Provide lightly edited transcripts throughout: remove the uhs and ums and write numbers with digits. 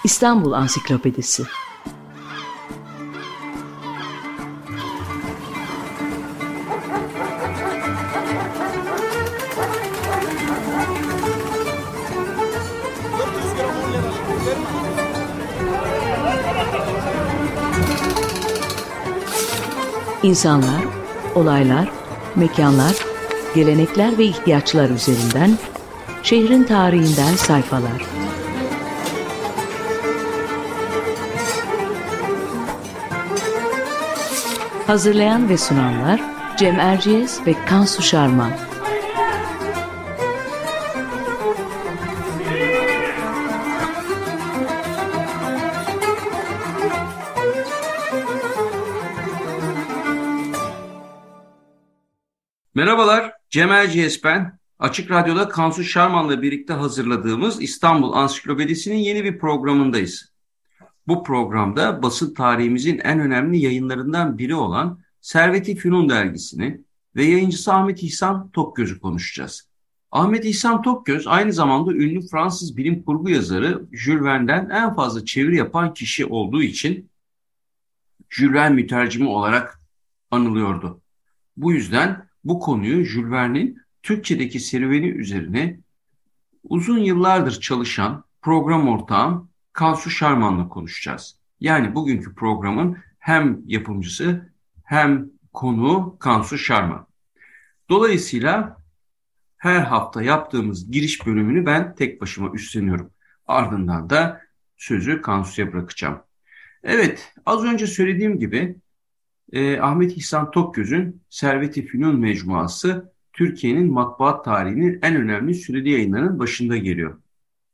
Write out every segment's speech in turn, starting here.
İstanbul Ansiklopedisi. İnsanlar, olaylar, mekanlar, gelenekler ve ihtiyaçlar üzerinden şehrin tarihinden sayfalar. Hazırlayan ve sunanlar Cem Erciyes ve Kansu Şarman. Merhabalar, Cem Erciyes ben. Açık Radyo'da Kansu Şarman'la birlikte hazırladığımız İstanbul Ansiklopedisi'nin yeni bir programındayız. Bu programda basın tarihimizin en önemli yayınlarından biri olan Servet-i Fünun dergisini ve yayıncısı Ahmet İhsan Tokgöz'ü konuşacağız. Ahmet İhsan Tokgöz aynı zamanda ünlü Fransız bilim kurgu yazarı Jules Verne'den en fazla çeviri yapan kişi olduğu için Jules Verne mütercimi olarak anılıyordu. Bu yüzden bu konuyu Jules Verne'in Türkçedeki serüveni üzerine uzun yıllardır çalışan program ortağım Kansu Şarman'la konuşacağız. Yani bugünkü programın hem yapımcısı hem konuğu Kansu Şarman. Dolayısıyla her hafta yaptığımız giriş bölümünü ben tek başıma üstleniyorum. Ardından da sözü Kansu'ya bırakacağım. Evet, az önce söylediğim gibi Ahmet İhsan Tokgöz'ün Servet-i Fünun mecmuası Türkiye'nin matbuat tarihinin en önemli süreli yayınlarının başında geliyor.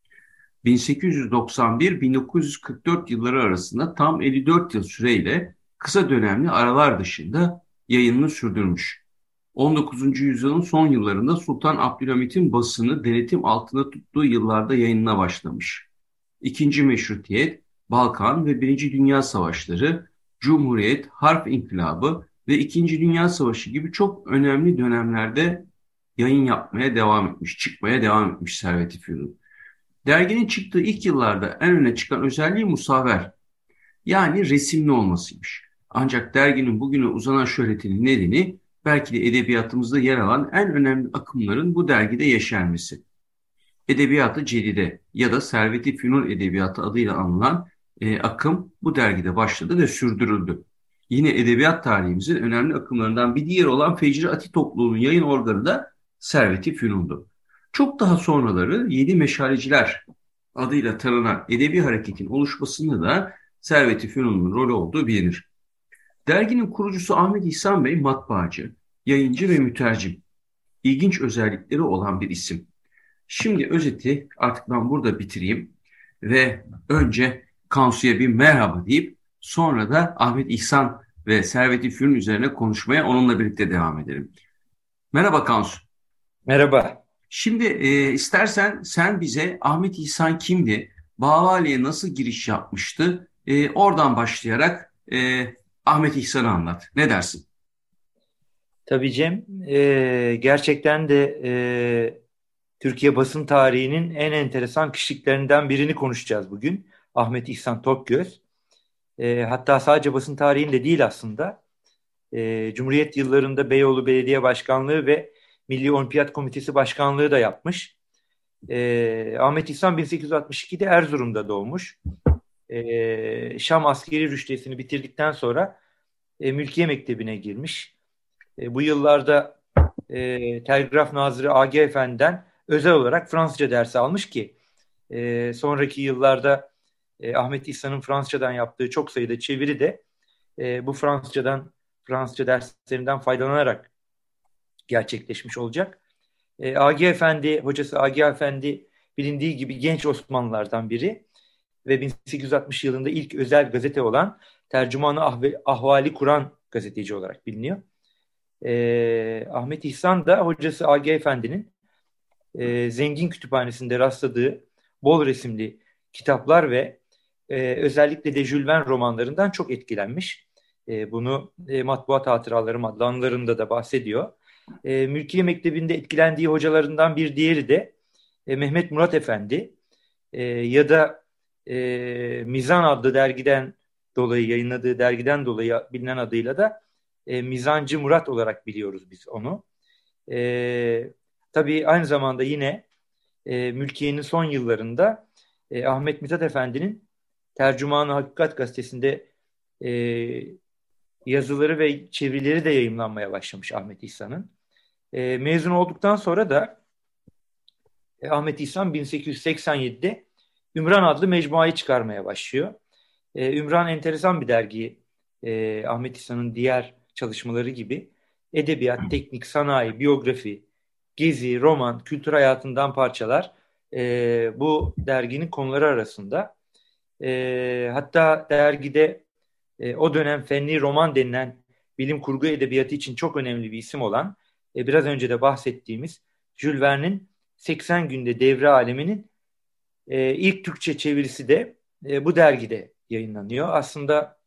1891-1944 yılları arasında tam 54 yıl süreyle kısa dönemli aralar dışında yayınını sürdürmüş. 19. yüzyılın son yıllarında Sultan Abdülhamit'in basını denetim altında tuttuğu yıllarda yayınına başlamış. İkinci Meşrutiyet, Balkan ve Birinci Dünya Savaşları, Cumhuriyet, Harp İnkılabı ve İkinci Dünya Savaşı gibi çok önemli dönemlerde yayın yapmaya devam etmiş, çıkmaya devam etmiş Servet-i Fünun. Derginin çıktığı ilk yıllarda en öne çıkan özelliği musavver, yani resimli olmasıymış. Ancak derginin bugüne uzanan şöhretinin nedeni belki de edebiyatımızda yer alan en önemli akımların bu dergide yeşermesi. Edebiyatı Cedide ya da Servet-i Fünun Edebiyatı adıyla anılan akım bu dergide başladı ve sürdürüldü. Yine edebiyat tarihimizin önemli akımlarından bir diğeri olan Fecri Ati topluluğunun yayın organı da Servet-i Fünun'du. Çok daha sonraları Yedi Meşaleciler adıyla tanınan edebi hareketin oluşmasında da Servet-i Fünun'un rolü olduğu bilinir. Derginin kurucusu Ahmet İhsan Bey matbaacı, yayıncı ve mütercim. İlginç özellikleri olan bir isim. Şimdi özeti artık ben burada bitireyim ve önce Kansu'ya bir merhaba deyip sonra da Ahmet İhsan ve Servet-i Fünun üzerine konuşmaya onunla birlikte devam edelim. Merhaba Kansu. Merhaba. Şimdi istersen sen bize Ahmet İhsan kimdi, Bağvali'ye nasıl giriş yapmıştı, oradan başlayarak Ahmet İhsan'ı anlat. Ne dersin? Tabii Cem, gerçekten de Türkiye basın tarihinin en enteresan kişiliklerinden birini konuşacağız bugün. Ahmet İhsan Tokgöz. Hatta sadece basın tarihinde değil aslında. Cumhuriyet yıllarında Beyoğlu Belediye Başkanlığı ve Milli Olimpiyat Komitesi Başkanlığı da yapmış. Ahmet İhsan 1862'de Erzurum'da doğmuş. Şam askeri rüştiyesini bitirdikten sonra Mülkiye Mektebi'ne girmiş. Bu yıllarda Telgraf Nazırı A.G. Efendi'den özel olarak Fransızca dersi almış ki sonraki yıllarda Ahmet İhsan'ın Fransızcadan yaptığı çok sayıda çeviri de bu Fransızca derslerinden faydalanarak gerçekleşmiş olacak. A.G. Efendi, hocası A.G. Efendi bilindiği gibi genç Osmanlılardan biri ve 1860 yılında ilk özel gazete olan Tercüman-ı Ahvali Kur'an gazeteci olarak biliniyor. Ahmet İhsan da hocası A.G. Efendi'nin zengin kütüphanesinde rastladığı bol resimli kitaplar ve özellikle de Jules Verne romanlarından çok etkilenmiş. Bunu Matbuat Hatıralarım adlı anılarında da bahsediyor. Mülkiye Mektebi'nde etkilendiği hocalarından bir diğeri de Mehmet Murat Efendi ya da Mizan adlı dergiden dolayı, yayınladığı dergiden dolayı bilinen adıyla da Mizancı Murat olarak biliyoruz biz onu. Tabii aynı zamanda yine Mülkiye'nin son yıllarında Ahmet Mithat Efendi'nin Tercüman-ı Hakikat gazetesinde e, yazıları ve çevirileri de yayımlanmaya başlamış Ahmet İhsan'ın. Mezun olduktan sonra da Ahmet İhsan 1887'de Ümran adlı mecmuayı çıkarmaya başlıyor. Ümran enteresan bir dergi. Ahmet İhsan'ın diğer çalışmaları gibi edebiyat, teknik, sanayi, biyografi, gezi, roman, kültür hayatından parçalar bu derginin konuları arasında. Hatta dergide o dönem fenli roman denilen bilim kurgu edebiyatı için çok önemli bir isim olan biraz önce de bahsettiğimiz Jules Verne'in 80 Günde Devre Alemi'nin ilk Türkçe çevirisi de bu dergide yayınlanıyor. Aslında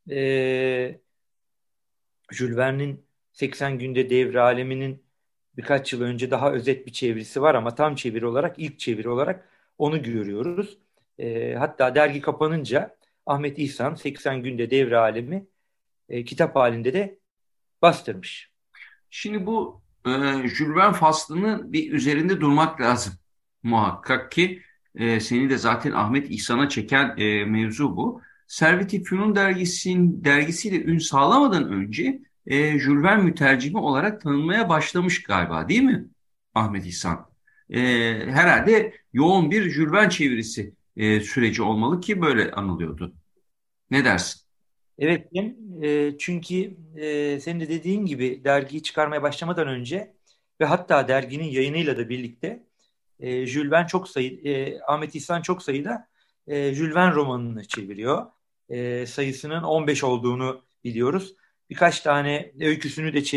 Jules Verne'in 80 Günde Devre Alemi'nin birkaç yıl önce daha özet bir çevirisi var ama tam çeviri olarak, ilk çeviri olarak onu görüyoruz. Hatta dergi kapanınca Ahmet İhsan 80 Günde Devre Alemi kitap halinde de bastırmış. Şimdi bu Jules Verne faslını bir üzerinde durmak lazım. Muhakkak ki seni de zaten Ahmet İhsan'a çeken mevzu bu. Servet-i Fünun dergisiyle ün sağlamadan önce Jules Verne mütercimi olarak tanınmaya başlamış galiba, değil mi Ahmet İhsan? E, Herhalde yoğun bir Jules Verne çevirisi süreci olmalı ki böyle anılıyordu. Ne dersin? Evet, çünkü senin de dediğin gibi dergiyi çıkarmaya başlamadan önce ve hatta derginin yayınıyla da birlikte Jules Verne Ahmet İhsan çok sayıda Jules Verne romanını çeviriyor. Sayısının 15 olduğunu biliyoruz. Birkaç tane öyküsünü de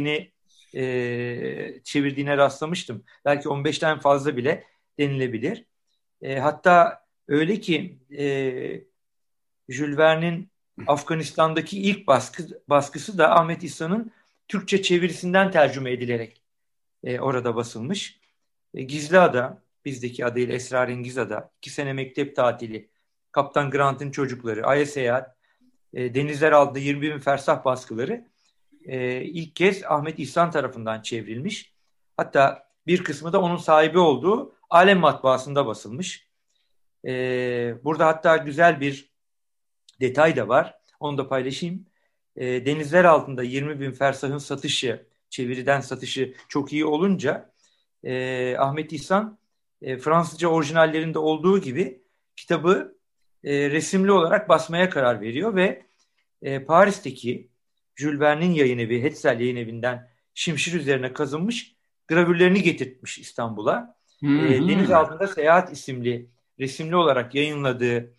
çevirdiğine rastlamıştım. Belki 15'ten fazla bile denilebilir. Hatta öyle ki Jules Verne'in Afganistan'daki ilk baskısı da Ahmet İhsan'ın Türkçe çevirisinden tercüme edilerek orada basılmış. Gizli Ada, bizdeki adıyla Esrarengiz Ada, 2 sene mektep tatili, Kaptan Grant'ın çocukları, Ay'a Seyahat, Denizler Altında 20 bin fersah baskıları ilk kez Ahmet İhsan tarafından çevrilmiş. Hatta bir kısmı da onun sahibi olduğu Alem Matbaası'nda basılmış. Burada hatta güzel bir detay da var. Onu da paylaşayım. Denizler Altında 20 bin fersahın çeviriden satışı çok iyi olunca Ahmet İhsan Fransızca orijinallerinde olduğu gibi kitabı resimli olarak basmaya karar veriyor ve Paris'teki Jules Verne'in yayın evi, Hetzel yayın evinden şimşir üzerine kazınmış gravürlerini getirtmiş İstanbul'a. Hı hı. Deniz Altında Seyahat isimli resimli olarak yayınladığı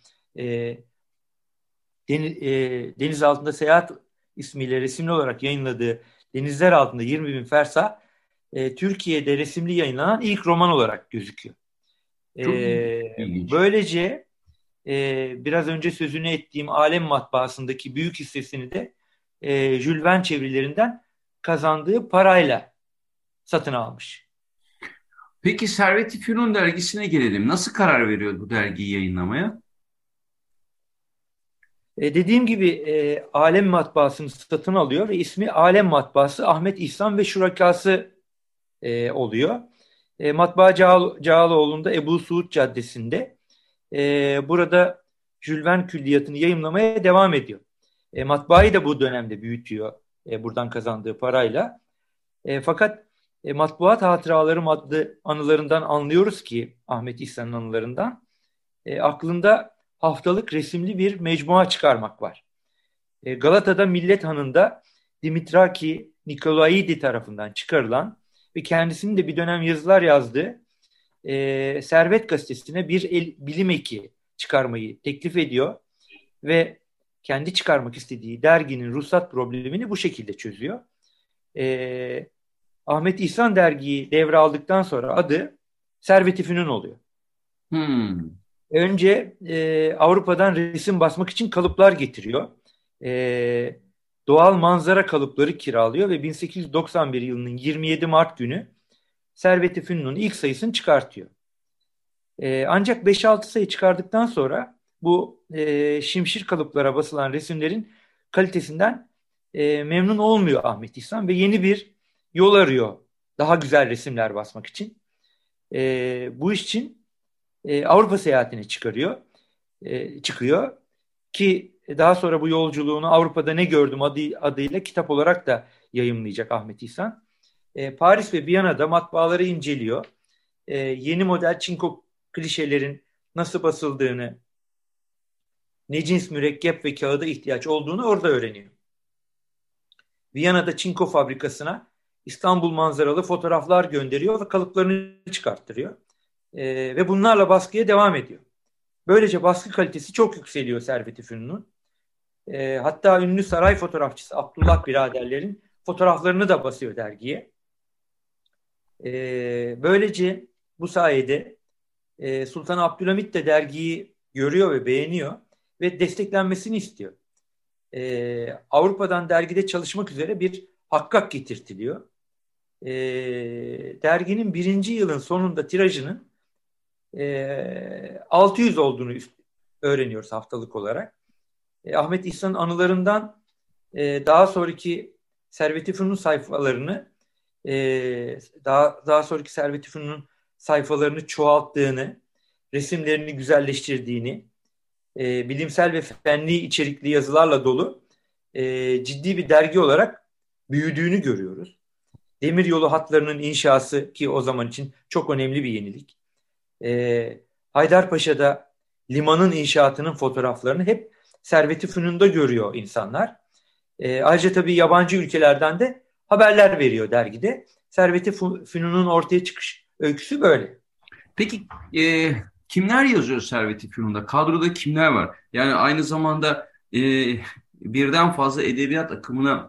Deniz Altında Seyahat ismiyle resimli olarak yayınladığı Denizler Altında 20 bin fersah Türkiye'de resimli yayınlanan ilk roman olarak gözüküyor. Çok ilginç. Böylece biraz önce sözünü ettiğim Alem Matbaası'ndaki büyük hissesini de Jules Verne çevirilerinden kazandığı parayla satın almış. Peki Servet-i Fünun dergisine gelelim. Nasıl karar veriyor bu dergiyi yayınlamaya? Dediğim gibi Alem Matbaası'nı satın alıyor ve ismi Alem Matbaası Ahmet İhsan ve Şurakası oluyor. Matbaa Cağaloğlu'nda Ebu Suud Caddesi'nde burada Jules Verne külliyatını yayımlamaya devam ediyor. Matbaayı da bu dönemde büyütüyor buradan kazandığı parayla. Fakat Matbuat Hatıralarım adlı anılarından anlıyoruz ki Ahmet İhsan'ın anılarından aklında haftalık resimli bir mecmua çıkarmak var. Galata'da Millet Hanı'nda Dimitraki Nikolaidi tarafından çıkarılan ve kendisinin de bir dönem yazılar yazdığı Servet gazetesine bir bilim eki çıkarmayı teklif ediyor ve kendi çıkarmak istediği derginin ruhsat problemini bu şekilde çözüyor. Ahmet İhsan dergiyi devraldıktan sonra adı Servet-i Fünun oluyor. Hmm. Önce Avrupa'dan resim basmak için kalıplar getiriyor. Doğal manzara kalıpları kiralıyor ve 1891 yılının 27 Mart günü Servet-i Fünun'un ilk sayısını çıkartıyor. Ancak 5-6 sayı çıkardıktan sonra bu şimşir kalıplara basılan resimlerin kalitesinden memnun olmuyor Ahmet İhsan ve yeni bir yol arıyor daha güzel resimler basmak için. Bu iş için Avrupa seyahatine çıkıyor ki daha sonra bu yolculuğunu Avrupa'da Ne Gördüm adıyla kitap olarak da yayımlayacak Ahmet İhsan. Paris ve Viyana'da matbaaları inceliyor. Yeni model çinko klişelerin nasıl basıldığını, ne cins mürekkep ve kağıda ihtiyaç olduğunu orada öğreniyor. Viyana'da çinko fabrikasına İstanbul manzaralı fotoğraflar gönderiyor ve kalıplarını çıkarttırıyor. Ve bunlarla baskıya devam ediyor. Böylece baskı kalitesi çok yükseliyor Servet-i Fünun'un. Hatta ünlü saray fotoğrafçısı Abdullah biraderlerin fotoğraflarını da basıyor dergiye. Böylece bu sayede Sultan Abdülhamit de dergiyi görüyor ve beğeniyor ve desteklenmesini istiyor. Avrupa'dan dergide çalışmak üzere bir hakkak getirtiliyor. Derginin 1. yılın sonunda tirajının 600 olduğunu öğreniyoruz haftalık olarak. Ahmet İhsan'ın anılarından daha sonraki Servet-i Fünun sayfalarını daha sonraki Servet-i Fünun'un sayfalarını çoğalttığını, resimlerini güzelleştirdiğini, bilimsel ve fenli içerikli yazılarla dolu ciddi bir dergi olarak büyüdüğünü görüyoruz. Demiryolu hatlarının inşası ki o zaman için çok önemli bir yenilik. Haydarpaşa'da limanın inşaatının fotoğraflarını hep Servet-i Fünun'da görüyor insanlar. Ayrıca tabii yabancı ülkelerden de haberler veriyor dergide. Servet-i Fünun'un ortaya çıkış öyküsü böyle. Peki kimler yazıyor Servet-i Fünun'da? Kadroda kimler var? Yani aynı zamanda birden fazla edebiyat akımına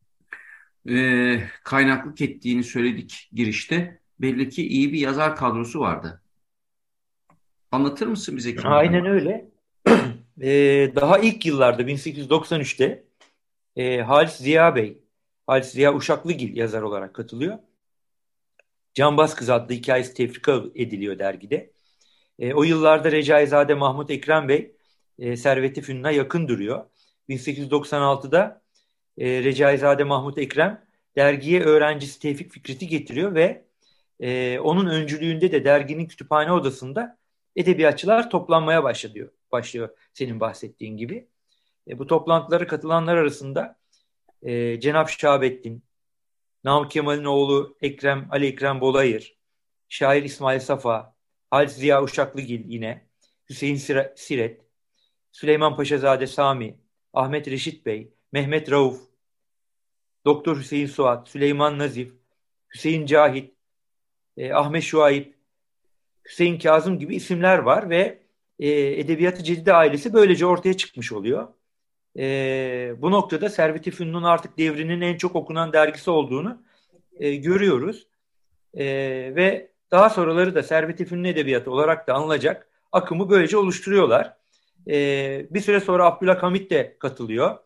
kaynaklık ettiğini söyledik girişte. Belli ki iyi bir yazar kadrosu vardı. Anlatır mısın bize kimler? Aynen öyle. Daha ilk yıllarda 1893'te Halis Ziya Uşaklıgil yazar olarak katılıyor. Cambaz Kız adlı hikayesi tefrika ediliyor dergide. O yıllarda Recaizade Mahmut Ekrem Bey Servet-i Fünun'a yakın duruyor. 1896'da Recaizade Mahmut Ekrem dergiye öğrencisi Tevfik Fikret'i getiriyor ve onun öncülüğünde de derginin kütüphane odasında edebiyatçılar toplanmaya başlıyor senin bahsettiğin gibi. Bu toplantılara katılanlar arasında Cenab Şahabettin, Namık Kemal'in oğlu Ali Ekrem Bolayır, şair İsmail Safa, Halis Ziya Uşaklıgil yine, Hüseyin Siret, Süleyman Paşazade Sami, Ahmet Reşit Bey, Mehmet Rauf, Doktor Hüseyin Suat, Süleyman Nazif, Hüseyin Cahit, Ahmet Şuayb, Hüseyin Kazım gibi isimler var ve Edebiyat-ı Cedide ailesi böylece ortaya çıkmış oluyor. Bu noktada Servet-i Fünun'un artık devrinin en çok okunan dergisi olduğunu görüyoruz. Ve daha sonraları da Servet-i Fünun edebiyatı olarak da anılacak akımı böylece oluşturuyorlar. Bir süre sonra Abdülhamit de katılıyor.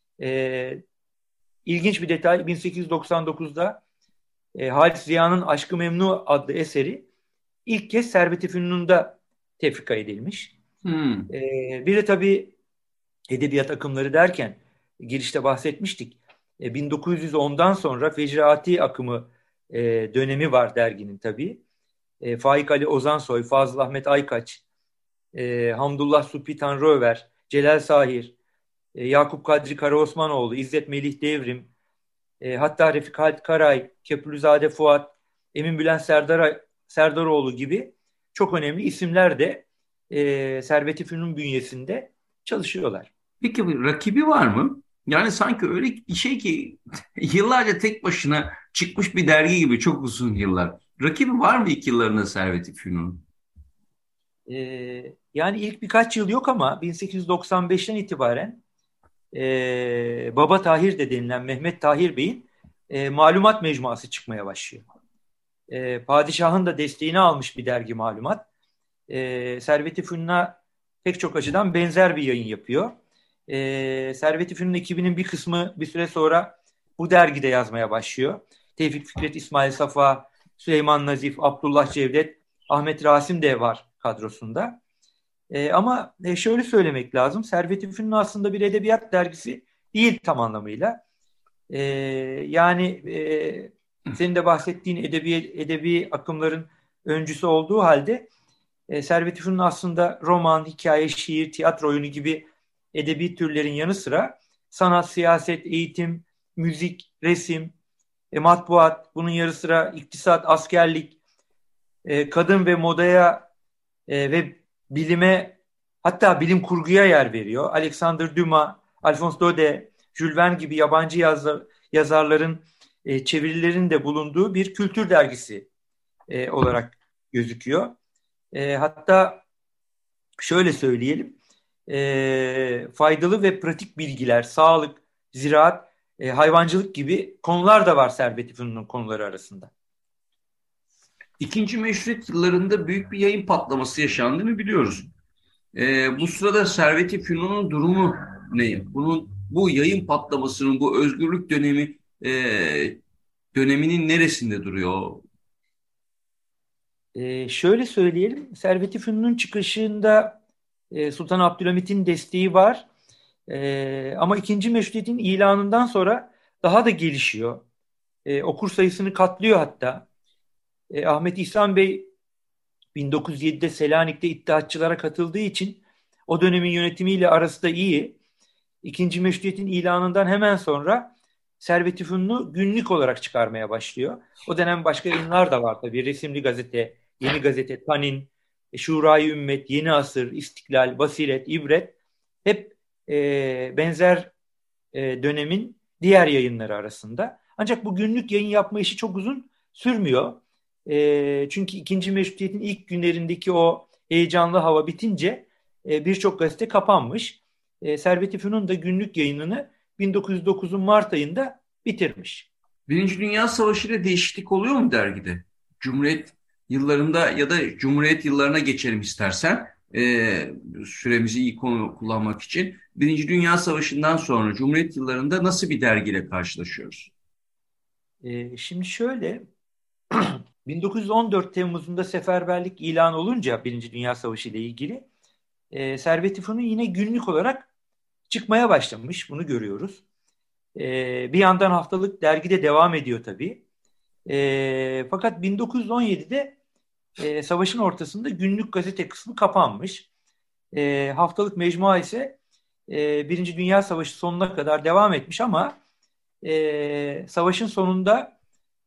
İlginç bir detay, 1899'da Halis Ziya'nın Aşk-ı Memnu adlı eseri ilk kez Servet-i Fünun'da tefrika edilmiş. Bir de tabii edebiyat akımları derken girişte bahsetmiştik. 1910'dan sonra Fecraati akımı dönemi var derginin tabii. Faik Ali Ozansoy, Fazıl Ahmet Aykaç, Hamdullah Subhi Tanrıöver, Celal Sahir, Yakup Kadri Karaosmanoğlu, İzzet Melih Devrim, hatta Refik Halit Karay, Köprülüzade Fuat, Emin Bülent Serdaroğlu gibi çok önemli isimler de Servet-i Fünun bünyesinde çalışıyorlar. Peki bir rakibi var mı? Yani sanki öyle bir şey ki yıllarca tek başına çıkmış bir dergi gibi çok uzun yıllar. Rakibi var mı ilk yıllarında Servet-i Fünun? Yani ilk birkaç yıl yok ama 1895'ten itibaren Baba Tahir de denilen Mehmet Tahir Bey'in malumat mecmuası çıkmaya başlıyor. Padişahın da desteğini almış bir dergi Malumat. Servet-i Fünun'a pek çok açıdan benzer bir yayın yapıyor. Servet-i Fünun ekibinin bir kısmı bir süre sonra bu dergide yazmaya başlıyor. Tevfik Fikret, İsmail Safa, Süleyman Nazif, Abdullah Cevdet, Ahmet Rasim de var kadrosunda. Ama şöyle söylemek lazım. Servet-i Fünun aslında bir edebiyat dergisi değil tam anlamıyla. E, yani senin de bahsettiğin edebi akımların öncüsü olduğu halde Servet-i Fünun aslında roman, hikaye, şiir, tiyatro oyunu gibi edebi türlerin yanı sıra sanat, siyaset, eğitim, müzik, resim, matbuat, bunun yanı sıra iktisat, askerlik, kadın ve modaya ve bilime, hatta bilim kurguya yer veriyor. Alexander Dumas, Alphonse Daudet, Jules Verne gibi yabancı yazarların çevirilerinin de bulunduğu bir kültür dergisi olarak gözüküyor. Hatta şöyle söyleyelim, faydalı ve pratik bilgiler, sağlık, ziraat, hayvancılık gibi konular da var Servet-i Fünun'un konuları arasında. İkinci Meşrut yıllarında büyük bir yayın patlaması yaşandığını biliyoruz. Bu sırada Servet-i Fünun'un durumu ne? Bu yayın patlamasının, bu özgürlük döneminin neresinde duruyor? Şöyle söyleyelim, Servet-i Fünun'un çıkışında Sultan Abdülhamit'in desteği var. Ama ikinci Meşrutiyet'in ilanından sonra daha da gelişiyor. Okur sayısını katlıyor hatta. Ahmet İhsan Bey 1907'de Selanik'te İttihatçılara katıldığı için o dönemin yönetimiyle arası da iyi. İkinci Meşrutiyet'in ilanından hemen sonra Servet-i Fünun'u günlük olarak çıkarmaya başlıyor. O dönem başka yayınlar da var tabii. Resimli Gazete, Yeni Gazete, Tanin, Şurayı Ümmet, Yeni Asır, İstiklal, Basiret, İbret hep benzer dönemin diğer yayınları arasında. Ancak bu günlük yayın yapma işi çok uzun sürmüyor. Çünkü ikinci Meşrutiyet'in ilk günlerindeki o heyecanlı hava bitince birçok gazete kapanmış. Servet-i Fünun da günlük yayınını 1909'un Mart ayında bitirmiş. Birinci Dünya Savaşı ile değişiklik oluyor mu dergide? Cumhuriyet yıllarında ya da Cumhuriyet yıllarına geçelim istersen, süremizi iyi kullanmak için. Birinci Dünya Savaşı'ndan sonra Cumhuriyet yıllarında nasıl bir dergiyle karşılaşıyoruz? Şimdi şöyle, 1914 Temmuz'unda seferberlik ilan olunca Birinci Dünya Savaşı ile ilgili Servet-i Fünun yine günlük olarak çıkmaya başlamış. Bunu görüyoruz. Bir yandan haftalık dergide devam ediyor tabii. Fakat 1917'de savaşın ortasında günlük gazete kısmı kapanmış. Haftalık mecmua ise Birinci Dünya Savaşı sonuna kadar devam etmiş ama savaşın sonunda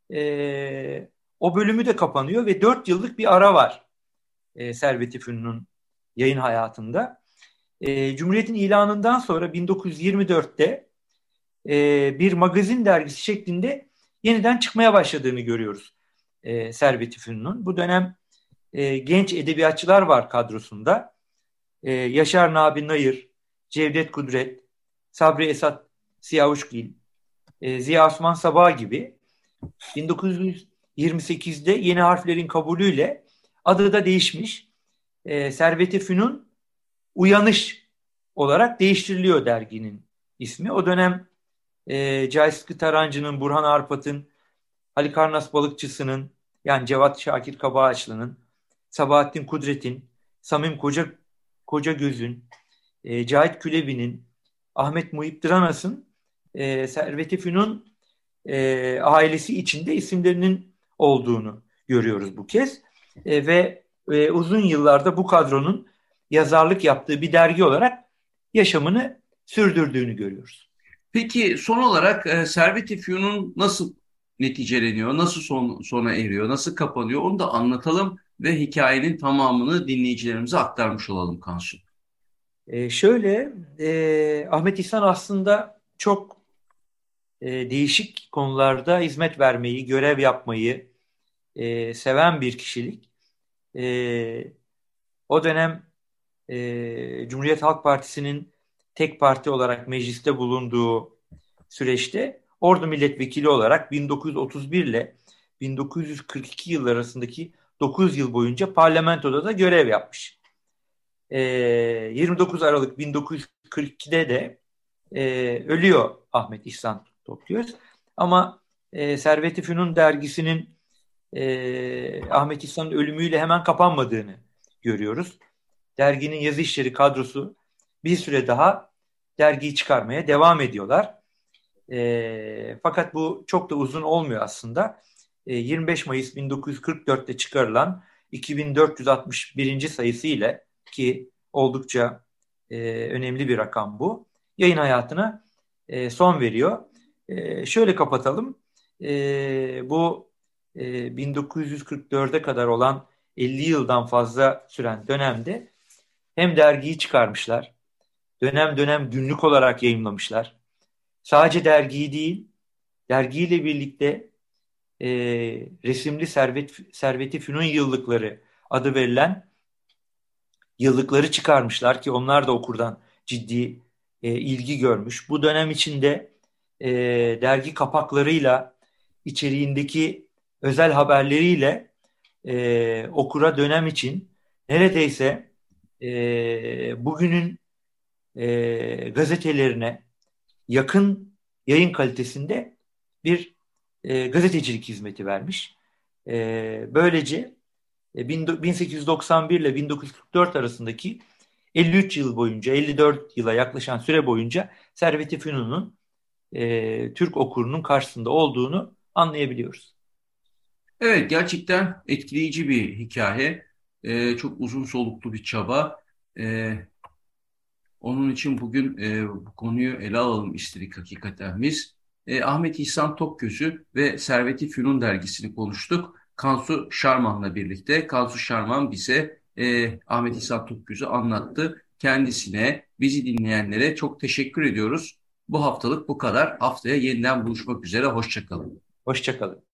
o bölümü de kapanıyor ve 4 yıllık bir ara var Servet-i Fünun'un yayın hayatında. Cumhuriyet'in ilanından sonra 1924'te bir magazin dergisi şeklinde yeniden çıkmaya başladığını görüyoruz Servet-i Fünun'un. Bu dönem genç edebiyatçılar var kadrosunda. Yaşar Nabi Nayır, Cevdet Kudret, Sabri Esat Siyavuşgil, Ziya Osman Sabah gibi 1928'de yeni harflerin kabulüyle adı da değişmiş. Servet-i Fünun Uyanış olarak değiştiriliyor derginin ismi. O dönem Cahit Sıtkı Tarancı'nın, Burhan Arpat'ın, Halikarnas Balıkçısı'nın, yani Cevat Şakir Kabağaçlı'nın, Sabahattin Kudret'in, Samim Kocagöz'ün, Cahit Külebi'nin, Ahmet Muhip Dıranas'ın Servet-i Fünun ailesi içinde isimlerinin olduğunu görüyoruz bu kez. Ve uzun yıllarda bu kadronun yazarlık yaptığı bir dergi olarak yaşamını sürdürdüğünü görüyoruz. Peki son olarak Servet-i Fünun nasıl neticeleniyor, nasıl sona eriyor, nasıl kapanıyor onu da anlatalım ve hikayenin tamamını dinleyicilerimize aktarmış olalım Kansu. Şöyle, Ahmet İhsan aslında çok değişik konularda hizmet vermeyi, görev yapmayı seven bir kişilik. O dönem Cumhuriyet Halk Partisi'nin tek parti olarak mecliste bulunduğu süreçte Ordu Milletvekili olarak 1931 ile 1942 yıl arasındaki 9 yıl boyunca parlamentoda da görev yapmış. 29 Aralık 1942'de de ölüyor Ahmet İhsan Topgöz. Ama Servet-i Fünun dergisinin Ahmet İhsan'ın ölümüyle hemen kapanmadığını görüyoruz. derginin yazı işleri kadrosu bir süre daha dergiyi çıkarmaya devam ediyorlar. Fakat bu çok da uzun olmuyor aslında. 25 Mayıs 1944'te çıkarılan 2461. sayısı ile, ki oldukça önemli bir rakam bu, yayın hayatına son veriyor. Şöyle kapatalım. Bu 1944'e kadar olan 50 yıldan fazla süren dönemde hem dergiyi çıkarmışlar, dönem dönem günlük olarak yayımlamışlar. Sadece dergiyi değil, dergiyle birlikte resimli Servet-i Fünun yıllıkları adı verilen yıllıkları çıkarmışlar ki onlar da okurdan ciddi ilgi görmüş. Bu dönem içinde dergi kapaklarıyla, içeriğindeki özel haberleriyle okura dönem için neredeyse bugünün gazetelerine yakın yayın kalitesinde bir gazetecilik hizmeti vermiş. Böylece 1891 ile 1944 arasındaki 53 yıl boyunca, 54 yıla yaklaşan süre boyunca Servet-i Fünun'un Türk okurunun karşısında olduğunu anlayabiliyoruz. Evet, gerçekten etkileyici bir hikaye. Çok uzun soluklu bir çaba. Ee, Onun için bugün bu konuyu ele alalım istedik hakikaten biz. Ahmet İhsan Tokgöz'ü ve Servet-i Fünun dergisini konuştuk. Kansu Şarman'la birlikte. Kansu Şarman bize Ahmet İhsan Tokgöz'ü anlattı. Kendisine, bizi dinleyenlere çok teşekkür ediyoruz. Bu haftalık bu kadar. Haftaya yeniden buluşmak üzere. Hoşça kalın. Hoşça kalın.